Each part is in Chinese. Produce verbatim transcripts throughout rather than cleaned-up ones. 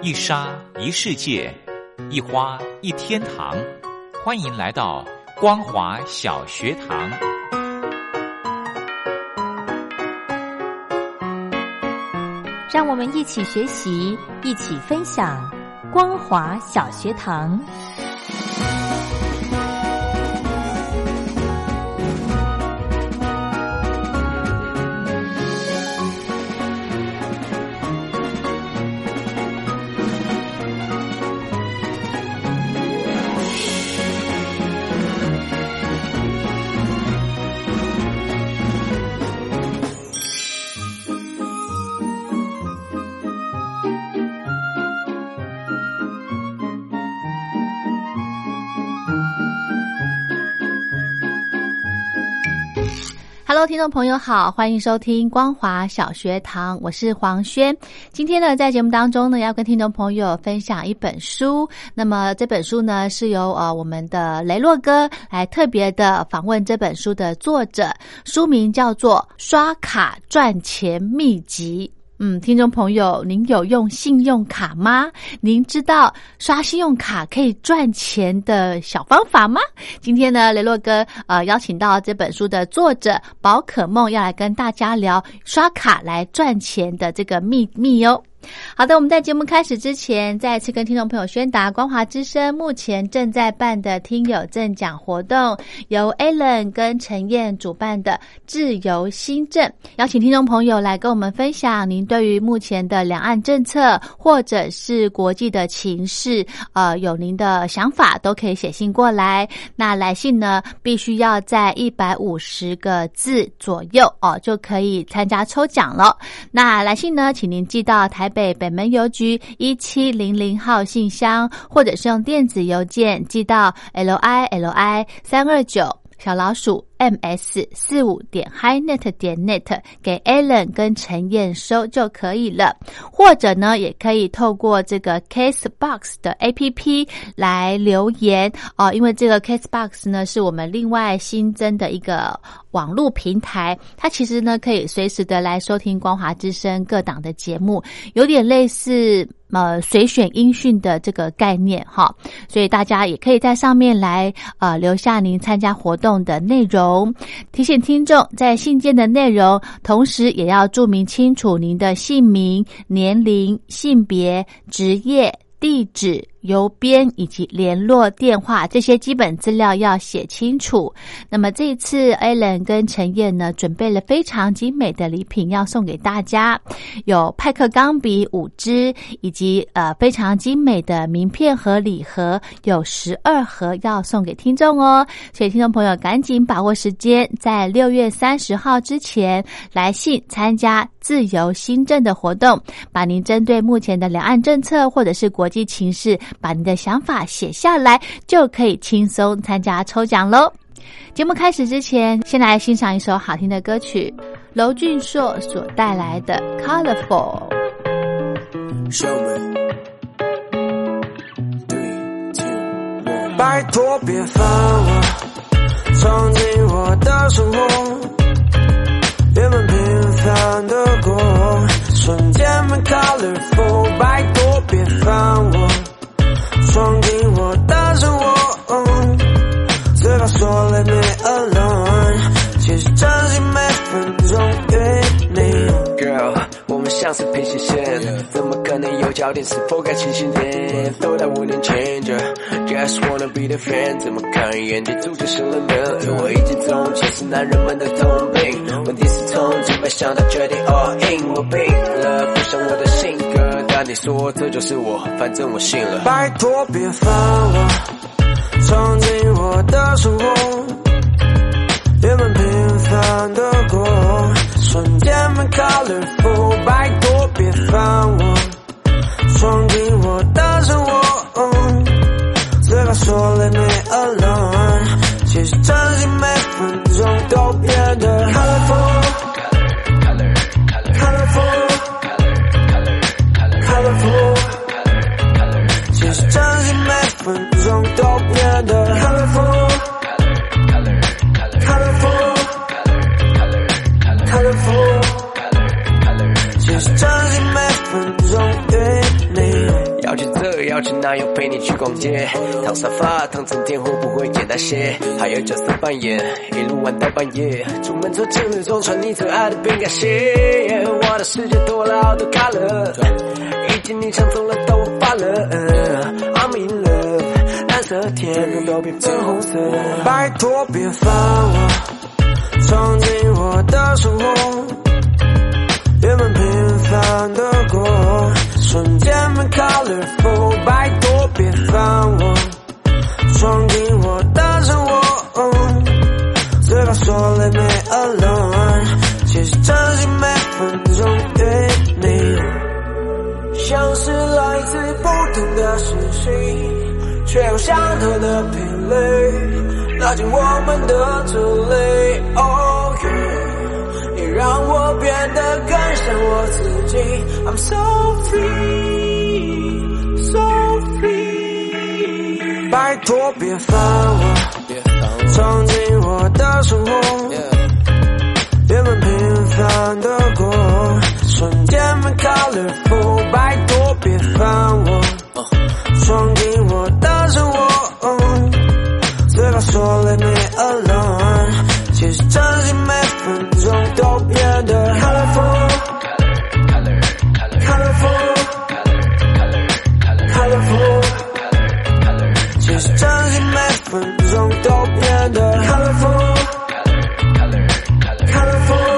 一沙一世界，一花一天堂。欢迎来到光华小学堂。 让我们一起学习，一起分享光华小学堂。Hello， 听众朋友好，欢迎收听光华小学堂，我是黄轩。今天呢，在节目当中呢，要跟听众朋友分享一本书。那么这本书呢，是由呃我们的雷洛哥来特别的访问这本书的作者，书名叫做《刷卡赚钱秘籍》。嗯，听众朋友，您有用信用卡吗？您知道刷信用卡可以赚钱的小方法吗？今天呢，雷洛哥呃邀请到这本书的作者宝可梦，要来跟大家聊刷卡来赚钱的这个秘密哦。好的，我们在节目开始之前，再一次跟听众朋友宣达，光华之声目前正在办的听友赠奖活动，由 Alan 跟陈燕主办的自由新政，邀请听众朋友来跟我们分享您对于目前的两岸政策或者是国际的情势，呃，有您的想法都可以写信过来。那来信呢，必须要在一百五十个字左右哦，就可以参加抽奖了。那来信呢，请您寄到台北北门邮局一七零零号信箱，或者是用电子邮件寄到 l i l i 三二九小老鼠 m s 四五 点 highnet 点 net 给 Alan 跟陈燕收就可以了。或者呢，也可以透过这个 Castbox 的 A P P 来留言哦，因为这个 Castbox 呢是我们另外新增的一个网络平台，它其实呢可以随时的来收听光华之声各档的节目，有点类似呃随选音讯的这个概念哈，所以大家也可以在上面来呃留下您参加活动的内容。提醒听众，在信件的内容同时也要注明清楚您的姓名、年龄、性别、职业、地址、邮编以及联络电话，这些基本资料要写清楚。那么这一次 Alan 跟陈燕呢，准备了非常精美的礼品要送给大家，有派克钢笔五支，以及呃非常精美的名片和礼盒，有十二盒要送给听众哦。所以听众朋友赶紧把握时间，在六月三十号之前来信参加自由新政的活动，把您针对目前的两岸政策或者是国际情势，把你的想法写下来，就可以轻松参加抽奖咯。节目开始之前，先来欣赏一首好听的歌曲，娄俊硕所带来的 Colorful。 拜托别烦我，闯进我的生活，原本平凡的过，瞬间变 colorful。 拜托别烦我，闯进我的生活，嘴巴说 Let me alone， 其实真心每分钟与你 Girl， 我们像是平行线，怎么可能有焦点？是否该清醒点？都在我脸前着 Just wanna be the friend， 怎么看眼睛住就是冷门，而我已经从前是男人们的通病。问题是从今没想到决定 all in， 我病了，不像我的性格，但你说这就是我，反正我信了。 拜托别烦我，闯进我的生活，原本平凡的过，瞬间变 colorful。 拜托别烦我，闯进我的生活，嘴巴说 Let me alone， 其实真心每分钟都变得 colorful Color Color Color colorful， 其实真心每分钟都变得 colorful colorful colorful， 其实真心每分钟与你要去这要去那，又陪你去逛街，躺沙发躺整天会不会简单些？还有角色扮演，一路玩到半夜，出门做情侣装穿你最爱的饼干鞋，我的世界多了好多 color， 已经你抢走了但我发了 I'm in love， 蓝色天空都变粉红色， 拜托别烦我，闯进我的生活，原本平凡的过，瞬间变 colorful， 拜托别烦我，闯进我的生活，嘴巴说累没 alone， 其实真心每分钟对你，像是来自不同的事情，却有相同的频率，拉近我们的距离。Oh yeah， 你让我变得更像我自己。I'm so free, so free。拜托别烦我，闯进我的生活，原本平凡的过，瞬间变 colorful。拜托别烦我，闯进我的生活，嘴巴说累没 alone， 其实真心每分钟都变得 colorful colorful colorful， 其实真心每分钟都变得 colorful colorful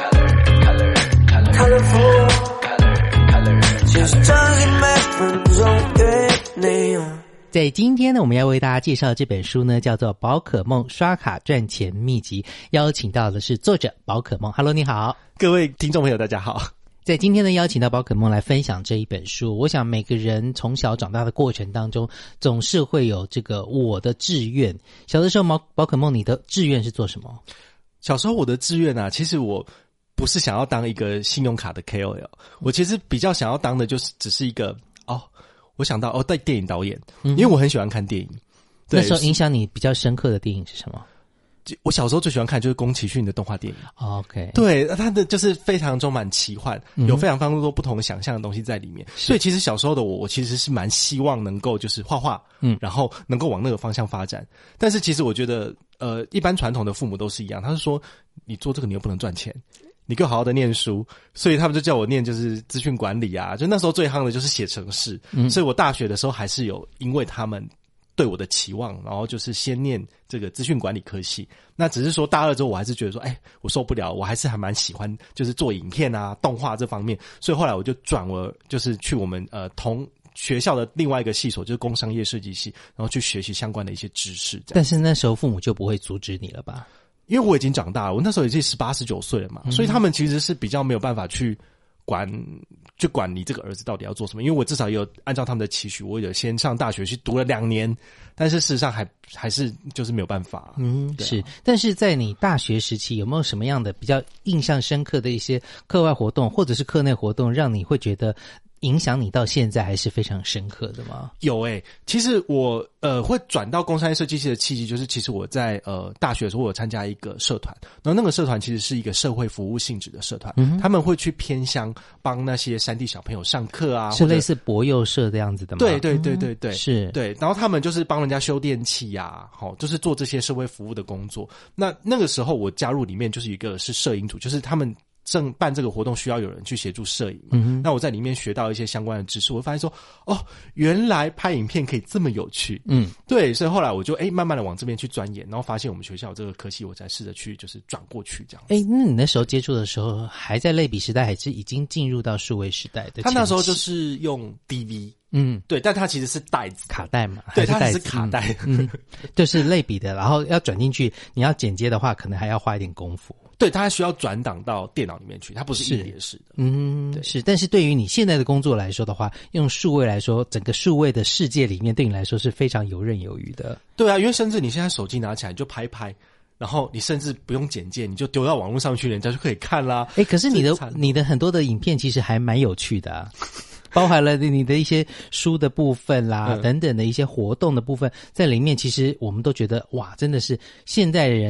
colorful， 其实真心每分钟对你。 在今天呢，我们要为大家介绍这本书呢，叫做《宝可梦刷卡赚钱秘籍》，邀请到的是作者宝可梦。Hello， 你好， 各位听众朋友，大家好。 在今天呢，邀请到宝可梦来分享这一本书。我想每个人从小长大的过程当中，总是会有这个我的志愿。小的时候，宝可梦，你的志愿是做什么？ 小时候我的志愿啊，其实我不是想要当一个信用卡的 K O L， 我其实比较想要当的就是只是一个哦。我想到哦，对，电影导演，因为我很喜欢看电影。 那时候影响你比较深刻的电影是什么？ 我小时候最喜欢看就是宫崎骏的动画电影。 OK， 对，他的就是非常充满奇幻，嗯、有非常非常多不同的想象的东西在里面。所以其实小时候的我，我其实是蛮希望能够就是画画，嗯，然后能够往那个方向发展。但是其实我觉得，呃，一般传统的父母都是一样，他是说你做这个你又不能赚钱。你给我好好的念书，所以他们就叫我念就是资讯管理啊，就那时候最夯的就是写程式，嗯，所以我大学的时候还是有因为他们对我的期望，然后就是先念这个资讯管理科系。那只是说大二之后我还是觉得说，哎，我受不了，我还是还蛮喜欢就是做影片啊、动画这方面，所以后来我就转我就是去我们呃同学校的另外一个系所，就是工商业设计系，然后去学习相关的一些知识。但是那时候父母就不会阻止你了吧？ 因为我已经长大了，我那时候已经十八、十九岁了嘛，嗯，所以他们其实是比较没有办法去管，去管你这个儿子到底要做什么。因为我至少也有按照他们的期许，我有先上大学去读了两年，但是事实上还还是就是没有办法。 嗯，啊，是。但是在你大学时期，有没有什么样的比较印象深刻的一些课外活动，或者是课内活动，让你会觉得影响你到现在还是非常深刻的吗？ 有诶，欸，其实我呃会转到工商业设计系的契机，就是其实我在呃大学的时候，我有参加一个社团，然后那个社团其实是一个社会服务性质的社团，嗯，他们会去偏乡帮那些山地小朋友上课啊， 是类似博幼社这样子的吗？ 对对对对对， 嗯，是对，然后他们就是帮人家修电器啊，齁，就是做这些社会服务的工作。那那个时候我加入里面就是一个是摄影组，就是他们正办这个活动需要有人去协助摄影，嗯，那我在里面学到一些相关的知识，我会发现说，哦，原来拍影片可以这么有趣，嗯，对，所以后来我就哎慢慢的往这边去钻研，然后发现我们学校有这个科系，我才试着去就是转过去这样。 哎，那你那时候接触的时候还在类比时代，还是已经进入到数位时代的？ 他那时候就是用 D V。嗯，对，但它其实是带子卡带嘛， 对，它是卡带， 嗯，就是类比的，然后要转进去，你要剪接的话，可能还要花一点功夫。 对，它需要转档到电脑里面去，它不是硬碟式的。 嗯，是。但是对于你现在的工作来说的话，用数位来说，整个数位的世界里面，对你来说是非常游刃有余的。 对啊，因为甚至你现在手机拿起来你就拍拍。然后你甚至不用剪接，你就丢到网络上去，人家就可以看啦。 诶，可是你的你的很多的影片其实还蛮有趣的啊。包含了你的一些书的部分啦，嗯，等等的一些活动的部分在里面，其实我们都觉得哇，真的是现代人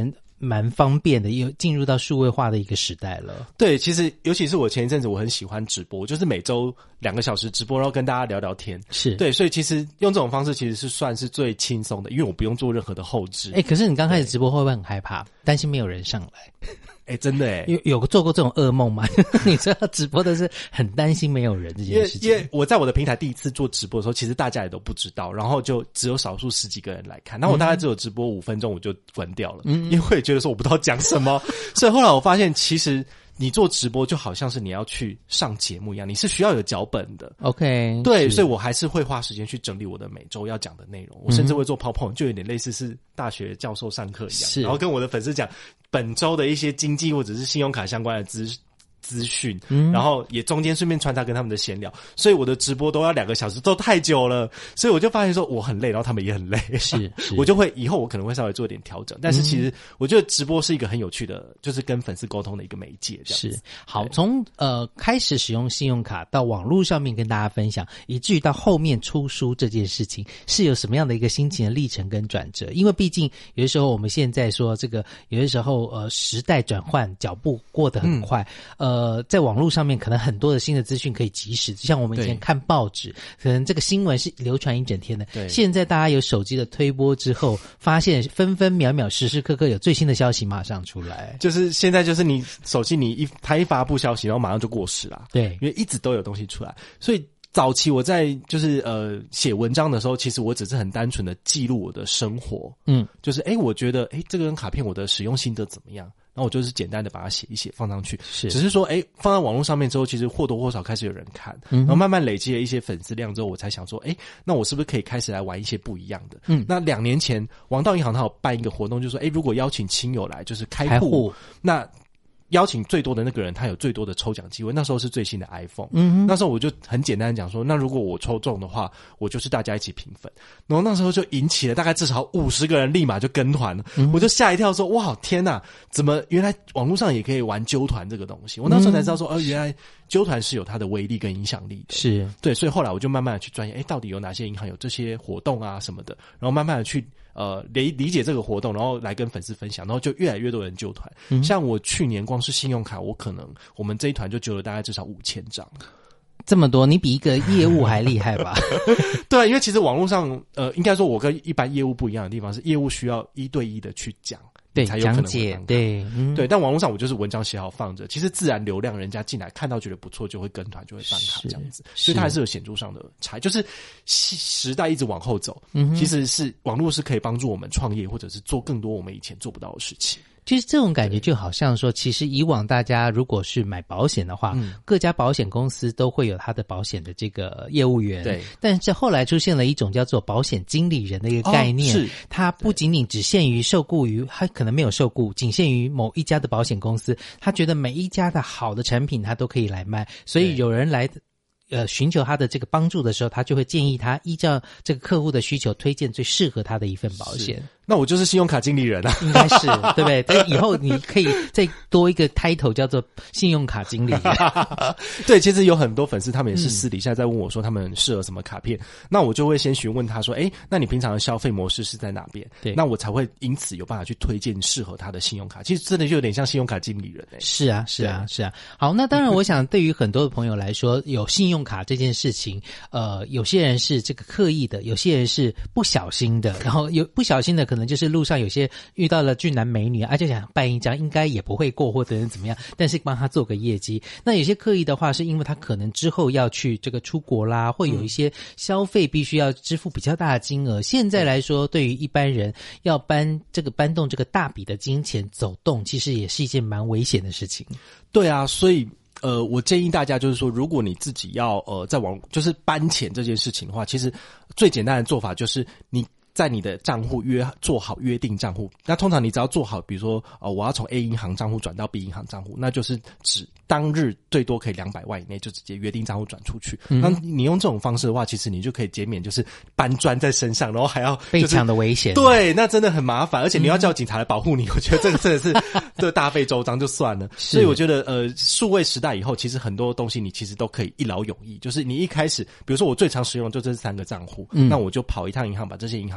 蛮方便的，又进入到数位化的一个时代了。 对，其实尤其是我前一阵子我很喜欢直播，就是每周两个小时直播，然后跟大家聊聊天。是对，所以其实用这种方式其实是算是最轻松的，因为我不用做任何的后置。 哎、欸，可是你刚开始直播会不会很害怕，担心没有人上来？ 哎、欸，真的哎、 欸，有有做过这种噩梦吗？你知道直播的是很担心没有人这件事情。 因为因为我在我的平台第一次做直播的时候，其实大家也都不知道，然后就只有少数十几个人来看，然后我大概只有直播五分钟我就关掉了，嗯，因为我也觉得说我不知道讲什么，所以后来我发现其实你做直播就好像是你要去上节目一样，你是需要有脚本的。 OK， 对，所以我还是会花时间去整理我的每周要讲的内容，我甚至会做 PowerPoint， 就有点类似是大学教授上课一样，然后跟我的粉丝讲本周的一些经济或者是信用卡相关的资资讯，嗯，然后也中间顺便穿插跟他们的闲聊，所以我的直播都要两个小时，都太久了，所以我就发现说我很累，然后他们也很累， 是，是我就会以后我可能会稍微做一点调整，但是其实我觉得直播是一个很有趣的，就是跟粉丝沟通的一个媒介，这样子。 是，好，从呃开始使用信用卡到网络上面跟大家分享，以至于到后面出书这件事情，是有什么样的一个心情的历程跟转折？因为毕竟有的时候我们现在说这个，有的时候呃时代转换脚步过得很快，嗯、呃，在网络上面可能很多的新的资讯可以及时，就像我们以前看报纸，可能这个新闻是流传一整天的。对，现在大家有手机的推播之后，发现分分秒秒、时时刻刻有最新的消息马上出来。 就是现在，就是你手机你一它一发布消息，然后马上就过时了。 对， 因为一直都有东西出来，所以早期我在就是呃写文章的时候，其实我只是很单纯的记录我的生活，嗯，就是诶我觉得诶这个卡片我的使用心得怎么样。然后我就是简单的把它写一写放上去，是，只是说，诶，放在网络上面之后，其实或多或少开始有人看，嗯，然后慢慢累积了一些粉丝量之后，我才想说，诶，那我是不是可以开始来玩一些不一样的？嗯，那两年前王道银行它有办一个活动，就是说，诶，如果邀请亲友来，就是开户，开户那邀请最多的那个人，他有最多的抽奖机会。那时候是最新的 iPhone， 嗯，那时候我就很简单的讲说，那如果我抽中的话，我就是大家一起平分。然后那时候就引起了大概至少五十个人立马就跟团了，嗯，我就吓一跳说，哇，天哪，怎么原来网络上也可以玩揪团这个东西？我那时候才知道说，哦，原来揪团是有它的威力跟影响力的。是，对，所以后来我就慢慢的去钻研，诶，到底有哪些银行有这些活动啊什么的，然后慢慢的去呃理理解这个活动，然后来跟粉丝分享，然后就越来越多人揪团。嗯，像我去年光是信用卡，我可能我们这一团就揪了大概至少五千张。 这么多，你比一个业务还厉害吧？ 对啊，因为其实网络上，呃，应该说我跟一般业务不一样的地方是，业务需要一对一的去讲。 对， 才有可能讲解，对，嗯， 对，但网络上我就是文章写好放着，其实自然流量人家进来看到觉得不错，就会跟团，就会办卡这样子，所以它还是有显著上的差，就是时代一直往后走，嗯，其实是网络是可以帮助我们创业，或者是做更多我们以前做不到的事情。 其实这种感觉就好像说，其实以往大家如果是买保险的话，嗯，各家保险公司都会有它的保险的这个业务员，对。但是后来出现了一种叫做保险经理人的一个概念，哦，是它不仅仅只限于受雇于，它可能没有受雇，仅限于某一家的保险公司，他觉得每一家的好的产品他都可以来卖，所以有人来呃，寻求他的这个帮助的时候，他就会建议他依照这个客户的需求推荐最适合他的一份保险。 那我就是信用卡经理人啊， 应该是对不对？但以后你可以再多一个 title 叫做信用卡经理人。 对，其实有很多粉丝他们也是私底下在问我说他们适合什么卡片，嗯，那我就会先询问他说，诶，那你平常的消费模式是在哪边？对，那我才会因此有办法去推荐适合他的信用卡。其实真的就有点像信用卡经理人诶，欸。 是啊，是啊，是啊。好，那当然我想对于很多的朋友来说，有信用卡这件事情，呃，有些人是这个刻意的，有些人是不小心的，然后有不小心的可能就是路上有些遇到了俊男美女啊，就想办一张，应该也不会过或者怎么样，但是帮他做个业绩。那有些刻意的话，是因为他可能之后要去这个出国啦，会有一些消费必须要支付比较大的金额。现在来说，对于一般人要搬这个搬动这个大笔的金钱走动，其实也是一件蛮危险的事情。 对啊，所以呃，我建议大家就是说，如果你自己要呃在网就是搬钱这件事情的话，其实最简单的做法就是你在你的账户约做好约定账户。那通常你只要做好，比如说呃我要从 A 银行账户转到 B 银行账户，那就是指当日最多可以两百万以内就直接约定账户转出去。嗯，那你用这种方式的话，其实你就可以减免就是搬砖在身上，然后还要、就是、 被抢的危险。 对，那真的很麻烦，而且你要叫警察来保护你，嗯，我觉得这个真的是这大费周章就算了。所以我觉得呃数位时代以后，其实很多东西你其实都可以一劳永逸，就是你一开始比如说我最常使用的就这三个账户，嗯，那我就跑一趟银行把这些银行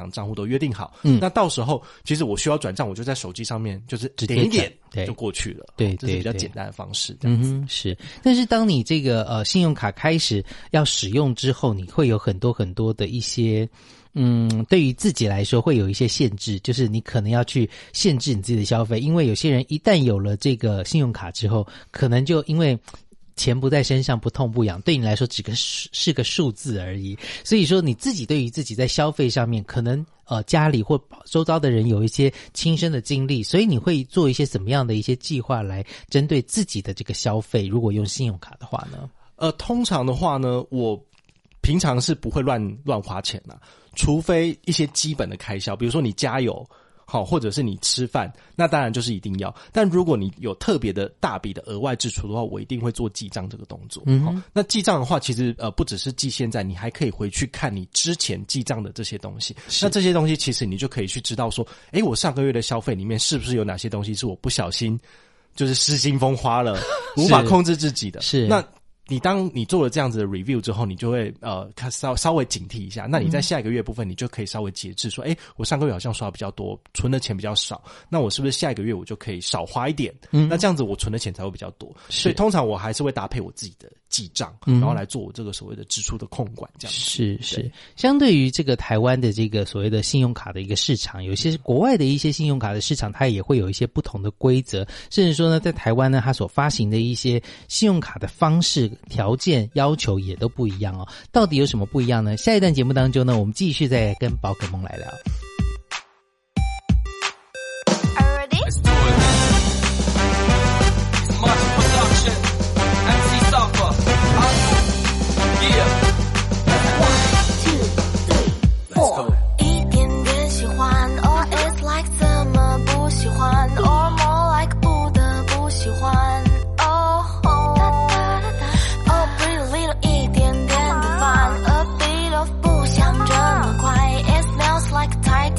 行账户都约定好，嗯，那到时候其实我需要转账，我就在手机上面就是点一点就过去了， 对， 这是比较简单的方式，这样子。 嗯，是。但是当你这个呃信用卡开始要使用之后，你会有很多很多的一些。嗯，对于自己来说会有一些限制，就是你可能要去限制你自己的消费，因为有些人一旦有了这个信用卡之后，可能就因为钱不在身上不痛不痒，对你来说只个是个数字而已。所以说你自己对于自己在消费上面，可能呃家里或周遭的人有一些亲身的经历，所以你会做一些什么样的一些计划来针对自己的这个消费，如果用信用卡的话呢？ 呃，通常的话呢，我平常是不会乱乱花钱啦，除非一些基本的开销，比如说你加油，好，或者是你吃饭，那当然就是一定要。但如果你有特别的大笔的额外支出的话，我一定会做记账这个动作。嗯好，那记账的话，其实呃不只是记现在，你还可以回去看你之前记账的这些东西。那这些东西其实你就可以去知道说，诶，我上个月的消费里面是不是有哪些东西是我不小心就是失心疯花了，无法控制自己的。 是那。你当你做了这样子的 review 之后，你就会呃稍稍微警惕一下。那你在下一个月部分，你就可以稍微节制，说，诶，我上个月好像刷比较多，存的钱比较少，那我是不是下一个月我就可以少花一点？嗯，那这样子我存的钱才会比较多。所以通常我还是会搭配我自己的记账，然后来做我这个所谓的支出的控管，这样子。 是是。相对于这个台湾的这个所谓的信用卡的一个市场，有些国外的一些信用卡的市场，它也会有一些不同的规则，甚至说呢，在台湾呢，它所发行的一些信用卡的方式、条件、要求也都不一样哦。到底有什么不一样呢？下一段节目当中呢，我们继续再跟宝可梦来聊。 Tiger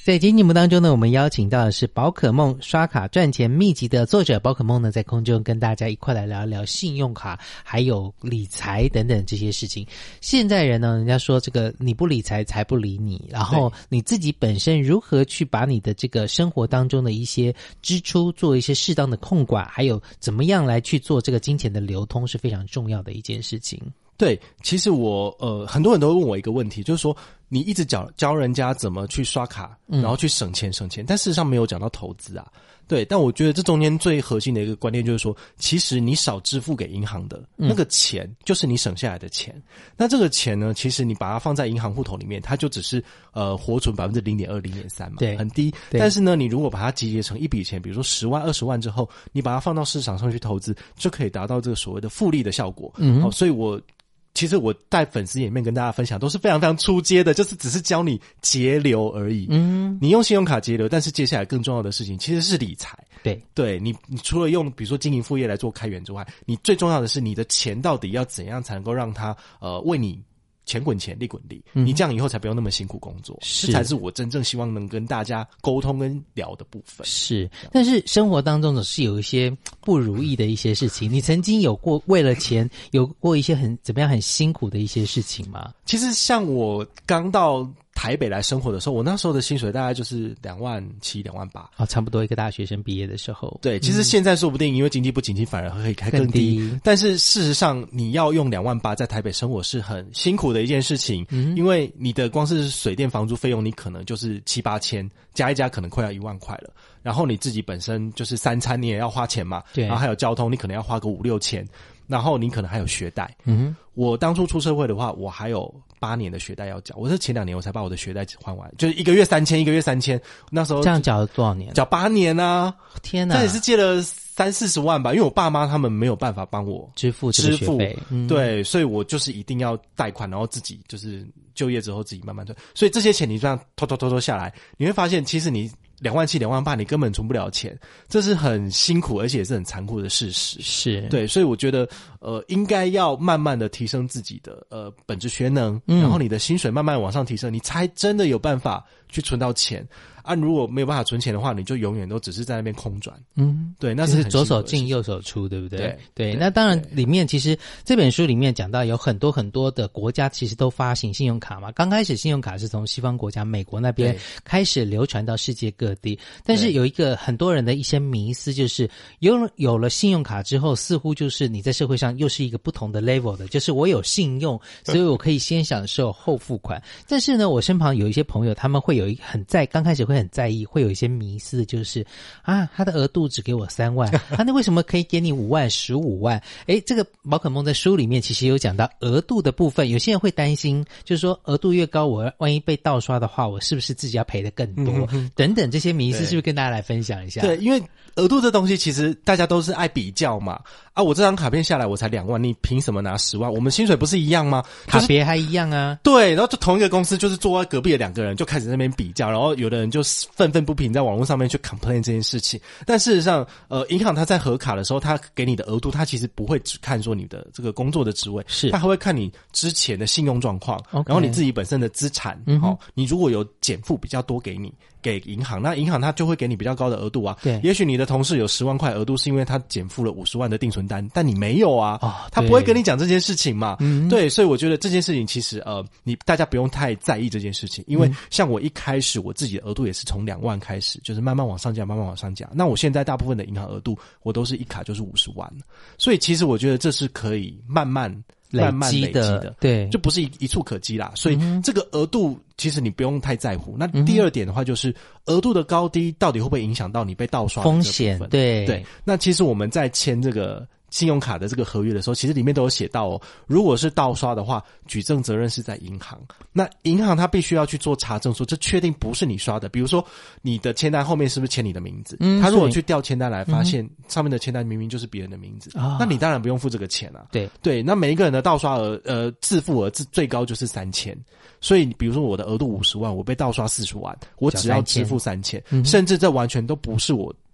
在今天节目当中呢，我们邀请到的是宝可梦刷卡赚钱秘籍的作者宝可梦呢，在空中跟大家一块来聊一聊信用卡还有理财等等这些事情。现在人呢，人家说这个你不理财财不理你，然后你自己本身如何去把你的这个生活当中的一些支出做一些适当的控管，还有怎么样来去做这个金钱的流通是非常重要的一件事情。 对，其实我呃很多人都会问我一个问题，就是说你一直教教人家怎么去刷卡，然后去省钱省钱，但事实上没有讲到投资啊。对，但我觉得这中间最核心的一个观念就是说，其实你少支付给银行的那个钱，就是你省下来的钱。嗯、那这个钱呢，其实你把它放在银行户头里面，它就只是呃活存百分之零点二、零点三嘛， 对， 很低。但是呢，你如果把它集结成一笔钱，比如说十万、二十万之后，你把它放到市场上去投资，就可以达到这个所谓的复利的效果。嗯，好、哦，所以我。其实我在粉丝页里面跟大家分享都是非常非常初阶的，就是只是教你节流而已。嗯，你用信用卡节流，但是接下来更重要的事情其实是理财。 对， 对你，你除了用比如说经营副业来做开源之外，你最重要的是你的钱到底要怎样才能够让它呃为你钱滚钱，利滚利，嗯、你这样以后才不用那么辛苦工作，这才是我真正希望能跟大家沟通跟聊的部分。 是，但是生活当中总是有一些不如意的一些事情。你曾经有过为了钱有过一些很怎么样很辛苦的一些事情吗？ 其实像我刚到台北来生活的时候，我那时候的薪水大概就是两万七、两万八， 啊，差不多一个大学生毕业的时候。 对，其实现在说不定因为经济不景气，反而可以开更低。更低但是事实上，你要用两万八在台北生活是很辛苦的一件事情，嗯、因为你的光是水电房租费用，你可能就是七八千，加一加可能快要一万块了。然后你自己本身就是三餐你也要花钱嘛，对，然后还有交通，你可能要花个五六千。然后你可能还有学贷，嗯哼，我当初出社会的话，我还有八年的学贷要缴，我是前两年我才把我的学贷还完，就是一个月三千，一个月三千，那时候这样缴了多少年？ 缴八年啊！ 天哪， 这也是借了三四十万吧，因为我爸妈他们没有办法帮我支付这个学费， 嗯、对，所以我就是一定要贷款，然后自己就是就业之后自己慢慢退，所以这些钱你这样拖拖拖拖下来，你会发现其实你两万七、两万八，你根本存不了钱，这是很辛苦，而且也是很残酷的事实。 是对，所以我觉得，呃，应该要慢慢的提升自己的呃本质学能，嗯、然后你的薪水慢慢往上提升，你才真的有办法去存到钱。啊，如果没有办法存钱的话，你就永远都只是在那边空转。嗯，对，那是很左手进右手出，对不对？ 对对, 对。那当然，里面其实这本书里面讲到有很多很多的国家其实都发行信用卡嘛。刚开始信用卡是从西方国家美国那边开始流传到世界各地，但是有一个很多人的一些迷思，就是有有了信用卡之后，似乎就是你在社会上又是一个不同的 level 的，就是我有信用，所以我可以先享受后付款。但是呢，我身旁有一些朋友，他们会有一很在刚开始会很在意，会有一些迷思，就是啊，他的额度只给我三万，他、啊、那为什么可以给你五万、十五万？诶，这个宝可梦在书里面其实有讲到额度的部分，有些人会担心，就是说额度越高，我万一被盗刷的话，我是不是自己要赔的更多？嗯、等等这些迷思，是不是跟大家来分享一下？ 对，因为额度这东西其实大家都是爱比较嘛。啊，我这张卡片下来我才两万，你凭什么拿十万？我们薪水不是一样吗？ 卡别还一样啊。 对，然后就同一个公司，就是坐在隔壁的两个人就开始在那边比较，然后有的人就愤愤不平，在网络上面去 complain 这件事情。但事实上，呃，银行它在核卡的时候，它给你的额度，它其实不会只看说你的这个工作的职位，是它还会看你之前的信用状况， okay, 然后你自己本身的资产。嗯，哦，你如果有减负比较多给你。给银行，那银行它就会给你比较高的额度啊。对，也许你的同事有十万块额度，是因为他减负了五十万的定存单，但你没有啊，哦、他不会跟你讲这件事情嘛。嗯，对，所以我觉得这件事情其实呃，你大家不用太在意这件事情，因为像我一开始我自己的额度也是从两万开始，就是慢慢往上加，慢慢往上加。那我现在大部分的银行额度，我都是一卡就是五十万，所以其实我觉得这是可以慢慢。慢慢累积的，对，就不是一一触可及啦。所以这个额度其实你不用太在乎。那第二点的话，就是额度的高低到底会不会影响到你被盗刷的风险？对对。那其实我们在签这个信用卡的这个合约的时候，其实里面都有写到哦，如果是盗刷的话，举证责任是在银行。那银行它必须要去做查证，说这确定不是你刷的。比如说你的签单后面是不是签你的名字？嗯，他如果去调签单来，发现上面的签单明明就是别人的名字，嗯、那你当然不用付这个钱啊。 对对，那每一个人的盗刷额呃自付额最高就是三千。所以比如说我的额度五十万，我被盗刷四十万，我只要支付三千，甚至这完全都不是我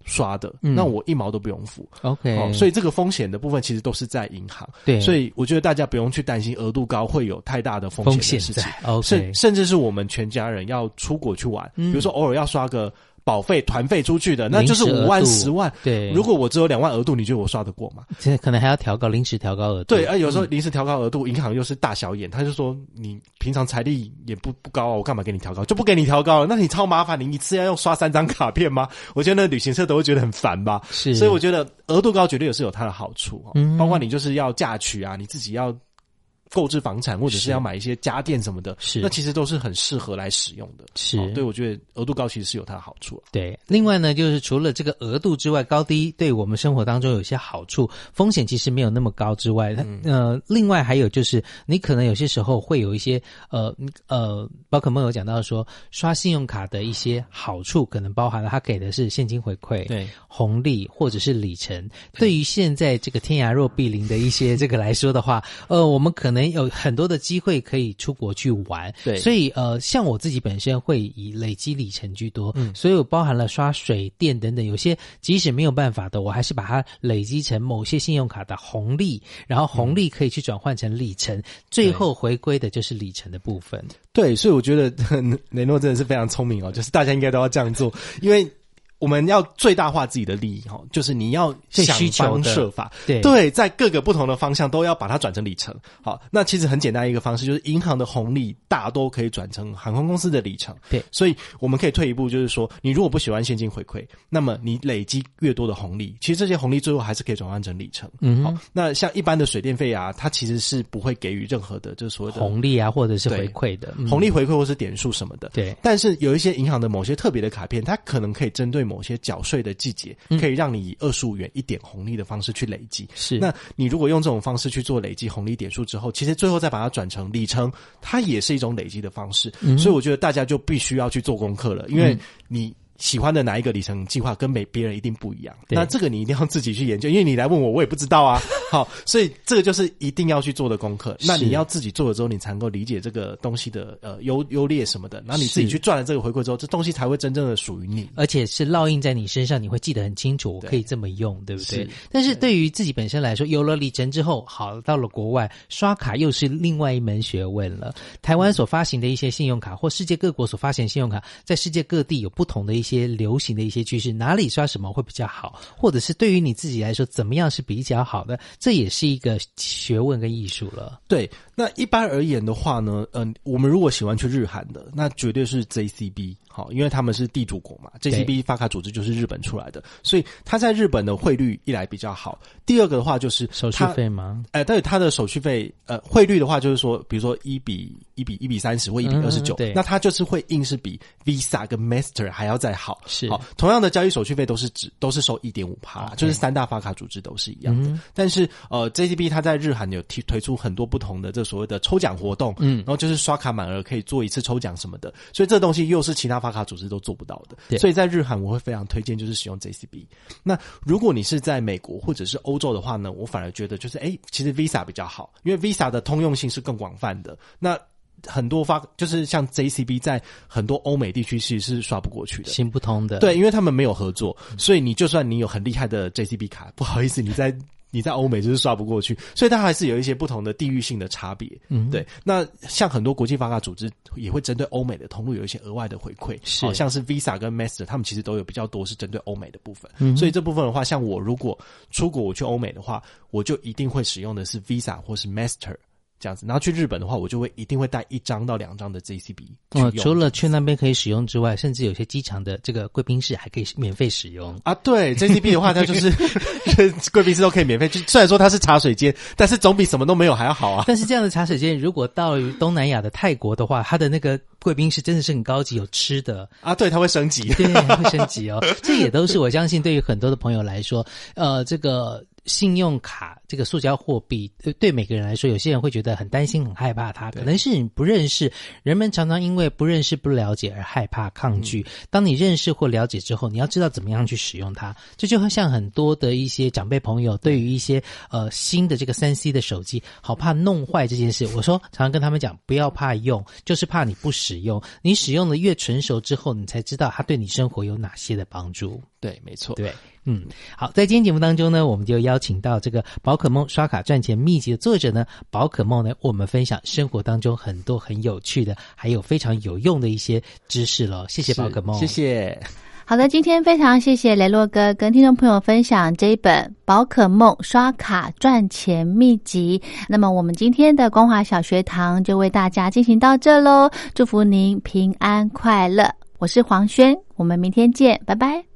刷的， 嗯、 那我一毛都不用付。 OK，、 哦、所以这个风险的部分其实都是在银行。 对， 所以我觉得大家不用去担心额度高会有太大的风险的事情。 OK， 甚甚至是我们全家人要出国去玩，嗯、比如说偶尔要刷个保费团费出去的，那就是五万十万。 对， 如果我只有两万额度，你觉得我刷得过吗？ 现在可能还要调高，临时调高额度。 对，而有时候临时调高额度，银行又是大小眼，他就说你平常财力也不不高啊，我干嘛给你调高？就不给你调高了，那你超麻烦，你一次要用刷三张卡片吗？我觉得那旅行社都会觉得很烦吧。 是， 所以我觉得额度高绝对也是有它的好处、哦嗯、 包括你就是要嫁娶啊，你自己要购置房产，或者是要买一些家电什么的， 是， 那其实都是很适合来使用的。 是、 哦，对，我觉得额度高其实是有它的好处、啊。 对，另外呢，就是除了这个额度之外，高低对我们生活当中有些好处，风险其实没有那么高之外，它、嗯、呃，另外还有就是你可能有些时候会有一些呃呃，宝可梦有讲到说，刷信用卡的一些好处，可能包含了它给的是现金回馈、 对红利或者是里程。对于现在这个天涯若比邻的一些这个来说的话，呃，我们可能有很多的机会可以出国去玩， 对， 所以呃，像我自己本身会以累积里程居多， 嗯， 所以我包含了刷水电等等，有些即使没有办法的，我还是把它累积成某些信用卡的红利，然后红利可以去转换成里程，嗯、最后回归的就是里程的部分。 对，所以我觉得雷诺真的是非常聪明哦，就是大家应该都要这样做，因为我们要最大化自己的利益哈，就是你要想方设法， 对对，在各个不同的方向都要把它转成里程。好，那其实很简单一个方式，就是银行的红利大多可以转成航空公司的里程。 对， 所以我们可以退一步，就是说，你如果不喜欢现金回馈，那么你累积越多的红利，其实这些红利最后还是可以转换成里程。 嗯， 好，那像一般的水电费啊，它其实是不会给予任何的，就是所谓的红利啊，或者是回馈的、 嗯、红利回馈或是点数什么的。 对， 但是有一些银行的某些特别的卡片，它可能可以针对某些缴税的季节，可以让你以二十五元一点红利的方式去累积。 是， 那你如果用这种方式去做累积红利点数之后，其实最后再把它转成里程，它也是一种累积的方式。嗯、所以我觉得大家就必须要去做功课了，因为你喜欢的哪一个里程计划跟每别人一定不一样，那这个你一定要自己去研究，因为你来问我，我也不知道啊。好，所以这个就是一定要去做的功课。那你要自己做了之后，你才能够理解这个东西的呃优优劣什么的，然后你自己去赚了这个回馈之后，这东西才会真正的属于你， 而且是烙印在你身上，你会记得很清楚，我可以这么用， 对, 对不对？是。但是对于自己本身来说，有了里程之后，好，到了国外刷卡又是另外一门学问了。台湾所发行的一些信用卡，或世界各国所发行的信用卡，在世界各地有不同的一些流行的一些趋势，哪里刷什么会比较好，或者是对于你自己来说怎么样是比较好的，这也是一个学问跟艺术了。 对，那一般而言的话呢，嗯、呃，我们如果喜欢去日韩的，那绝对是 J C B。好，因为他们是地主国嘛 ，J C B 发卡组织就是日本出来的，所以它在日本的汇率一来比较好。第二个的话就是手续费吗？ 哎、呃，但是它的手续费，呃，汇率的话就是说，比如说一比一比一比三十或一比二十九，那它就是会硬是比 Visa 跟 Master 还要再好。 是， 好，同样的交易手续费都是只都是收 一点五趴，就是三大发卡组织都是一样的。嗯、但是呃 ，J C B 它在日韩有提推出很多不同的这所谓的抽奖活动，嗯，然后就是刷卡满额可以做一次抽奖什么的，所以这东西又是其他发卡组织都做不到的。所以在日韩我会非常推荐就是使用 J C B。那如果你是在美国或者是欧洲的话呢，我反而觉得就是哎，其实 Visa 比较好，因为 Visa 的通用性是更广泛的。那很多发就是像 J C B 在很多欧美地区其实是刷不过去的， 行不通的。 对，因为他们没有合作，所以你就算你有很厉害的 J C B 卡，不好意思，你在你在欧美就是刷不过去，所以它还是有一些不同的地域性的差别。嗯，对。那像很多国际发卡组织也会针对欧美的通路有一些额外的回馈， 是， 好像是 Visa 跟 Master 他们其实都有比较多是针对欧美的部分。嗯，所以这部分的话，像我如果出国我去欧美的话，我就一定会使用的是 Visa 或是 Master。这样子，然后去日本的话，我就会一定会带一张到两张的 J C B 去用。 哦，除了去那边可以使用之外，甚至有些机场的这个贵宾室还可以免费使用啊。对 ，J C B 的话，它就是贵宾室都可以免费。虽然说它是茶水间，但是总比什么都没有还要好啊。 但是这样的茶水间，如果到于东南亚的泰国的话，它的那个贵宾室真的是很高级，有吃的啊。对，它会升级， 对，会升级哦。这也都是我相信对于很多的朋友来说，呃，这个。 信用卡这个塑胶货币对每个人来说，有些人会觉得很担心很害怕它，可能是你不认识，人们常常因为不认识不了解而害怕抗拒、嗯、当你认识或了解之后，你要知道怎么样去使用它。这就会像很多的一些长辈朋友对于一些呃新的这个 三 C 的手机好怕弄坏这件事，我说常常跟他们讲，不要怕用，就是怕你不使用，你使用的越成熟之后，你才知道它对你生活有哪些的帮助。 对，没错。 对，嗯，好，在今天节目当中呢，我们就邀请到这个宝可梦刷卡赚钱秘籍的作者呢，宝可梦呢，我们分享生活当中很多很有趣的，还有非常有用的一些知识了。谢谢宝可梦， 谢谢。 好的，今天非常谢谢雷洛哥跟听众朋友分享这一本《宝可梦刷卡赚钱秘籍》。那么我们今天的光华小学堂就为大家进行到这咯，祝福您平安快乐。我是黄轩，我们明天见，拜拜。